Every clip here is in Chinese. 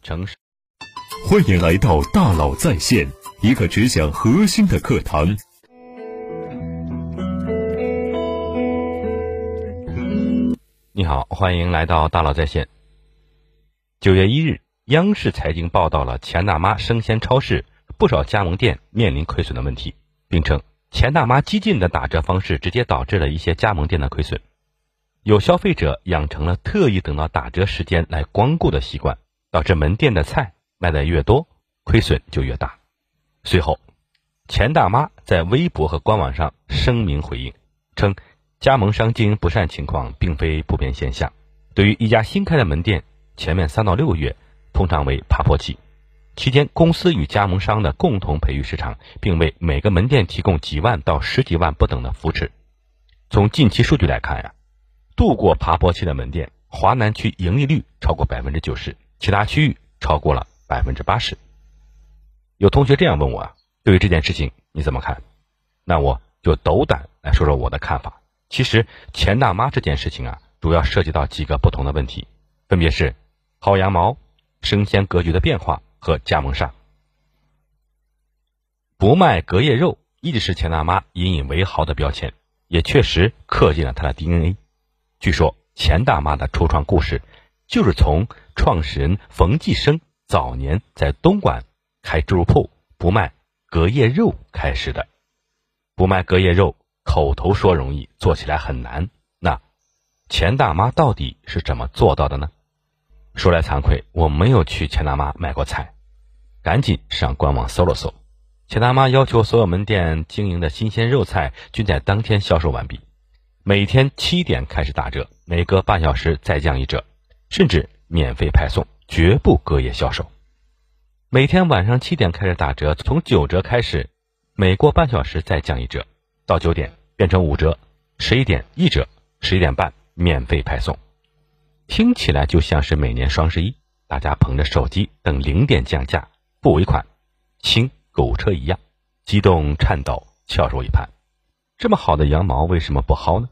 城市。 欢迎来到大佬在线，一个只讲核心的课堂。 你好，欢迎来到大佬在线。9月1日，央视财经报道了钱大妈生鲜超市不少加盟店面临亏损的问题，并称钱大妈激进的打折方式直接导致了一些加盟店的亏损。有消费者养成了特意等到打折时间来光顾的习惯，导致门店的菜卖得越多，亏损就越大。随后，钱大妈在微博和官网上声明回应，称加盟商经营不善情况并非普遍现象。对于一家新开的门店，前面3到6个月通常为爬坡期，期间公司与加盟商的共同培育市场，并为每个门店提供几万到10几万不等的扶持。从近期数据来看呀，度过爬坡期的门店，华南区盈利率超过 90%， 其他区域超过了 80%。 有同学这样问我啊，对于这件事情你怎么看？那我就斗胆来说说我的看法。其实钱大妈这件事情啊，主要涉及到几个不同的问题，分别是薅羊毛、生鲜格局的变化和加盟商。不卖隔夜肉一直是钱大妈引以为豪的标签，也确实刻进了她的 DNA。 据说钱大妈的初创故事就是从创始人冯继生早年在东莞开猪肉铺不卖隔夜肉开始的。不卖隔夜肉口头说容易，做起来很难，那钱大妈到底是怎么做到的呢？说来惭愧，我没有去钱大妈买过菜，赶紧上官网搜了搜。钱大妈要求所有门店经营的新鲜肉菜均在当天销售完毕，每天7点开始打折，每隔半小时再降1折，甚至免费派送，绝不隔夜销售。每天晚上7点开始打折，从9折开始，每过半小时再降1折，到9点变成5折，11点1折，11点半免费派送。听起来就像是每年双11，大家捧着手机等0点降价，不尾款清购物车一样，激动颤抖，翘首以盼。这么好的羊毛为什么不薅呢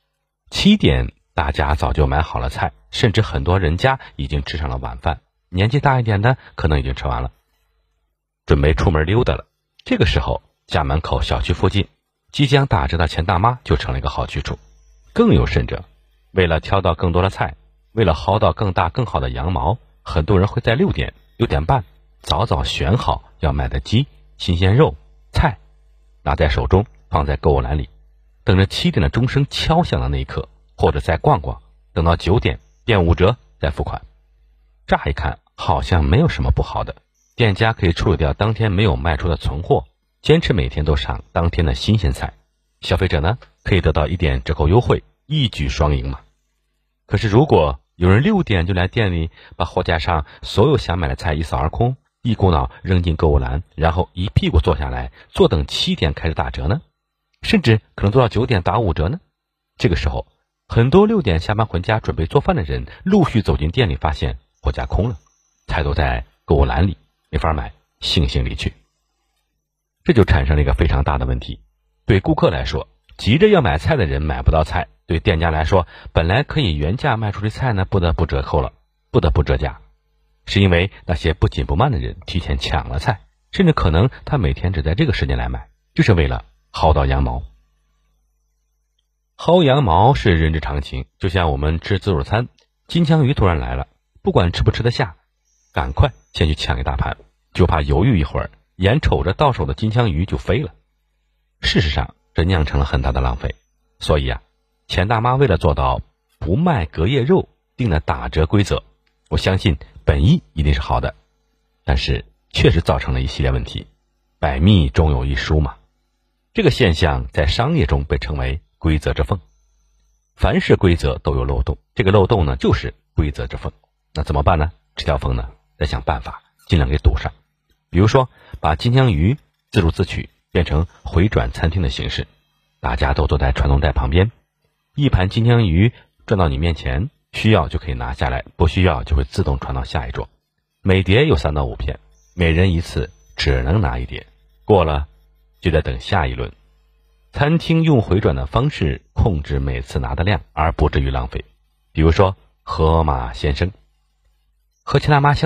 ？7点大家早就买好了菜，甚至很多人家已经吃上了晚饭，年纪大一点的可能已经吃完了，准备出门溜达了。这个时候家门口小区附近即将打折的钱大妈就成了一个好去处。更有甚者，为了挑到更多的菜，为了薅到更大更好的羊毛，很多人会在6点6点半早早选好要买的鸡、新鲜肉、菜，拿在手中放在购物篮里，等着7点的钟声敲响的那一刻，或者再逛逛，等到9点变5折再付款。乍一看好像没有什么不好的，店家可以处理掉当天没有卖出的存货，坚持每天都上当天的新鲜菜，消费者呢可以得到1点折扣优惠，一举双赢嘛。可是如果有人6点就来店里，把货架上所有想买的菜一扫而空，一股脑扔进购物篮，然后一屁股坐下来坐等7点开始打折呢，甚至可能做到9点打5折呢。这个时候很多6点下班回家准备做饭的人陆续走进店里，发现货架空了，菜都在购物篮里，没法买，悻悻离去。这就产生了一个非常大的问题，对顾客来说，急着要买菜的人买不到菜，对店家来说，本来可以原价卖出的菜呢，不得不折扣了，不得不折价，是因为那些不紧不慢的人提前抢了菜，甚至可能他每天只在这个时间来买，就是为了薅到羊毛。薅羊毛是人之常情，就像我们吃自助餐，金枪鱼突然来了，不管吃不吃得下，赶快先去抢一大盘，就怕犹豫一会儿，眼瞅着到手的金枪鱼就飞了。事实上这酿成了很大的浪费。所以啊，钱大妈为了做到不卖隔夜肉定了打折规则，我相信本意一定是好的，但是确实造成了一系列问题，百密终有一疏嘛。这个现象在商业中被称为规则之缝。凡是规则都有漏洞，这个漏洞呢就是规则之缝。那怎么办呢？这条缝呢再想办法尽量给堵上。比如说把金枪鱼自助自取变成回转餐厅的形式，大家都坐在传动带旁边，一盘金枪鱼转到你面前，需要就可以拿下来，不需要就会自动传到下一桌。每碟有3到5片，每人一次只能拿1碟，过了就得等下一轮。餐厅用回转的方式控制每次拿的量，而不至于浪费。比如说河马先生和钱大妈相似，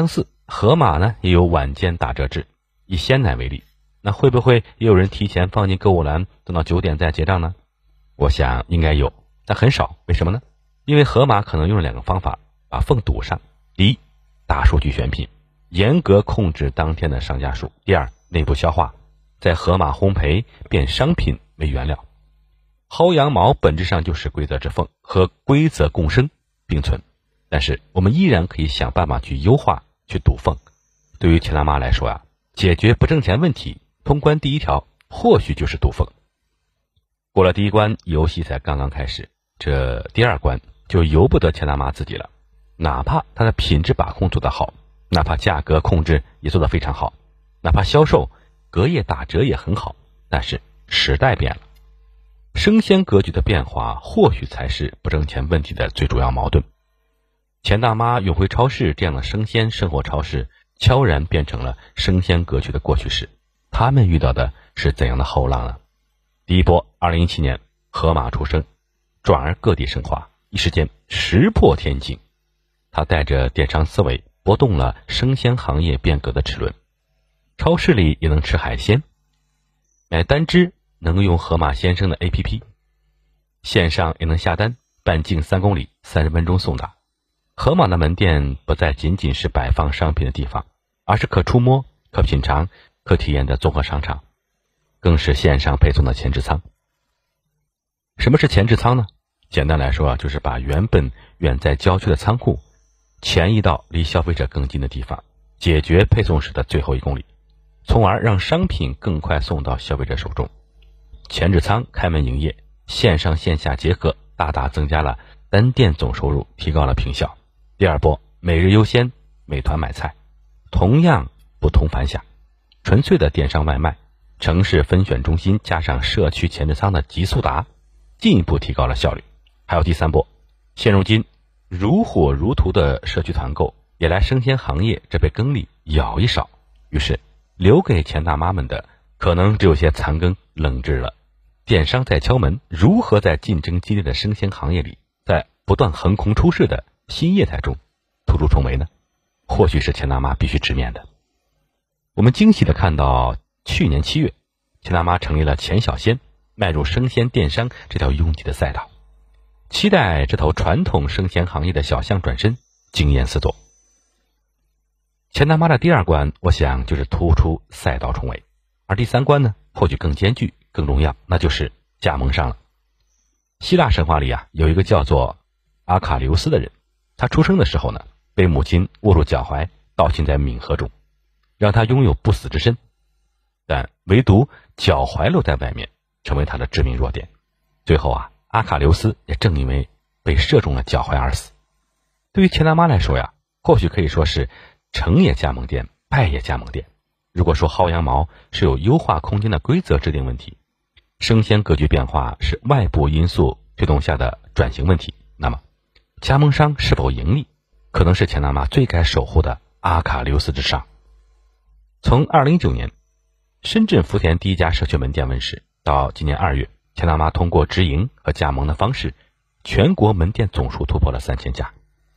盒马呢也有晚间打折制，以鲜奶为例，那会不会也有人提前放进购物篮，等到9点再结账呢？我想应该有，但很少。为什么呢？因为盒马可能用了2个方法把缝堵上。第一，大数据选品，严格控制当天的上架数。第二，内部消化，在盒马烘焙变商品为原料。薅羊毛本质上就是规则之缝，和规则共生并存，但是我们依然可以想办法去优化，去堵缝。对于钱大妈来说呀，解决不挣钱问题，通关第一条或许就是堵缝。过了第一关，游戏才刚刚开始，这第2关就由不得钱大妈自己了。哪怕它的品质把控做得好，哪怕价格控制也做得非常好，哪怕销售隔夜打折也很好，但是时代变了，生鲜格局的变化或许才是不挣钱问题的最主要矛盾。钱大妈、永辉超市这样的生鲜生活超市悄然变成了生鲜格局的过去式，他们遇到的是怎样的后浪呢？第一波2017年盒马出生，转而各地深化，一时间石破天惊。他带着电商思维拨动了生鲜行业变革的齿轮。超市里也能吃海鲜，买单只能用盒马鲜生的 APP， 线上也能下单，半径3公里30分钟送达。盒马的门店不再仅仅是摆放商品的地方，而是可触摸、可品尝、可体验的综合商场，更是线上配送的前置仓。什么是前置仓呢？简单来说就是把原本远在郊区的仓库前移到离消费者更近的地方，解决配送时的最后1公里，从而让商品更快送到消费者手中。前置仓开门营业，线上线下结合，大大增加了单店总收入，提高了坪效。第2波每日优先，美团买菜，同样不同凡响，纯粹的电商外卖，城市分选中心加上社区前置仓的极速达，进一步提高了效率。还有第3波，现如今如火如荼的社区团购也来生鲜行业这杯羹里舀一勺，于是留给钱大妈们的可能只有些残羹冷炙了。电商在敲门，如何在竞争激烈的生鲜行业里，在不断横空出世的新业态中突出重围呢？或许是钱大妈必须直面的。我们惊喜地看到去年7月，钱大妈成立了钱小鲜，迈入生鲜电商这条拥挤的赛道，期待这头传统生鲜行业的小象转身，惊艳四座。钱大妈的第2关，我想就是突出赛道重围，而第3关呢，或许更艰巨、更重要，那就是加盟商了。希腊神话里有一个叫做阿卡琉斯的人，他出生的时候呢，被母亲握住脚踝，倒浸在冥河中，让他拥有不死之身，但唯独脚踝露在外面，成为他的致命弱点。最后阿卡琉斯也正因为被射中了脚踝而死。对于钱大妈来说或许可以说是成也加盟店，败也加盟店。如果说薅羊毛是有优化空间的规则制定问题，生鲜格局变化是外部因素推动下的转型问题，那么加盟商是否盈利，可能是钱大妈最该守护的阿卡琉斯之上。从2019年深圳福田第1家社区门店问世，到今年2月，钱大妈通过直营和加盟的方式，全国门店总数突破了3000家。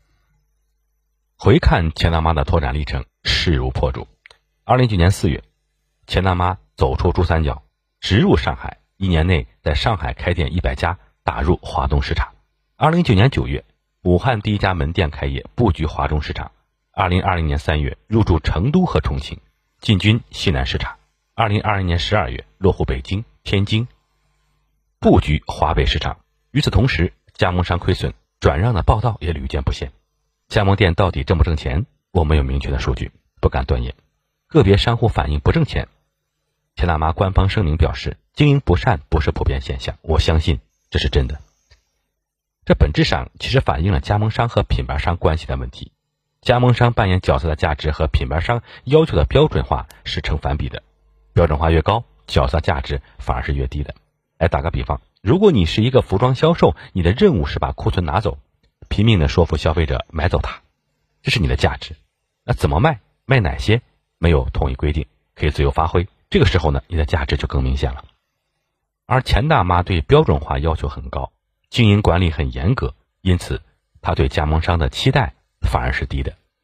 回看钱大妈的拓展历程，势如破竹。2019年4月，钱大妈走出珠三角，直入上海，1年内在上海开店100家，打入华东市场。2019年9月，武汉第1家门店开业，布局华中市场。2020年3月，入驻成都和重庆，进军西南市场。2020年12月，落户北京、天津，布局华北市场。与此同时，加盟商亏损转让的报道也屡见不鲜。加盟店到底挣不挣钱，我没有明确的数据，不敢断言。个别商户反映不挣钱，钱大妈官方声明表示，经营不善不是普遍现象，我相信这是真的。这本质上其实反映了加盟商和品牌商关系的问题。加盟商扮演角色的价值和品牌商要求的标准化是成反比的，标准化越高，角色价值反而是越低的。打个比方，如果你是一个服装销售，你的任务是把库存拿走，拼命的说服消费者买走它，这是你的价值。那怎么卖，卖哪些，没有统一规定，可以自由发挥，这个时候呢，你的价值就更明显了。而钱大妈对标准化要求很高，经营管理很严格，因此她对加盟商的期待反而是低的。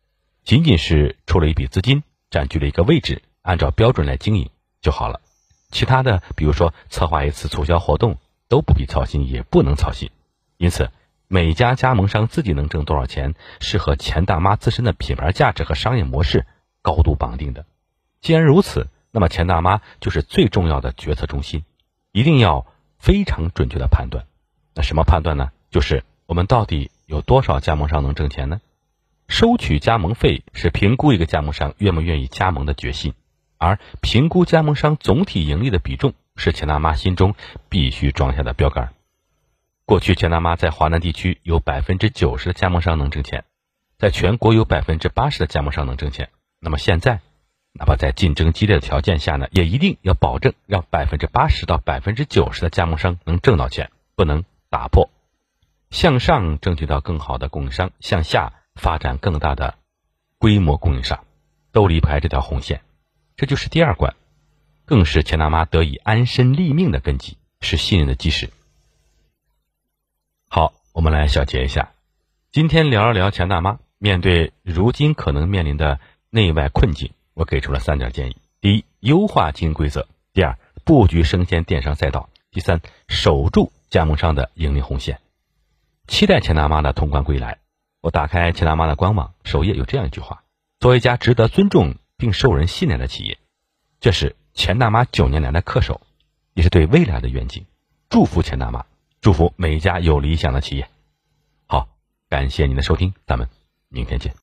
仅仅是出了一笔资金，占据了一个位置，按照标准来经营就好了。其他的，比如说策划一次促销活动，都不必操心，也不能操心。因此，每家加盟商自己能挣多少钱，是和钱大妈自身的品牌价值和商业模式高度绑定的。既然如此，那么钱大妈就是最重要的决策中心，一定要非常准确的判断。那什么判断呢？就是我们到底有多少加盟商能挣钱呢？收取加盟费是评估一个加盟商愿不愿意加盟的决心，而评估加盟商总体盈利的比重是钱大妈心中必须装下的标杆。过去钱大妈在华南地区有 90% 的加盟商能挣钱，在全国有 80% 的加盟商能挣钱。那么现在哪怕在竞争激烈的条件下呢，也一定要保证让 80% 到 90% 的加盟商能挣到钱，不能打破。向上争取到更好的供应商，向下发展更大的规模供应商，都离不开这条红线。这就是第二关，更是钱大妈得以安身立命的根基，是信任的基石。好，我们来小结一下。今天聊一聊钱大妈面对如今可能面临的内外困境，我给出了3点建议。第一，优化经营规则；第二，布局生鲜电商赛道；第三，守住加盟商的盈利红线。期待钱大妈的通关归来。我打开钱大妈的官网，首页有这样一句话：做一家值得尊重并受人信赖的企业。这是钱大妈9年来的恪守，也是对未来的愿景。祝福钱大妈，祝福每一家有理想的企业。好，感谢您的收听，咱们明天见。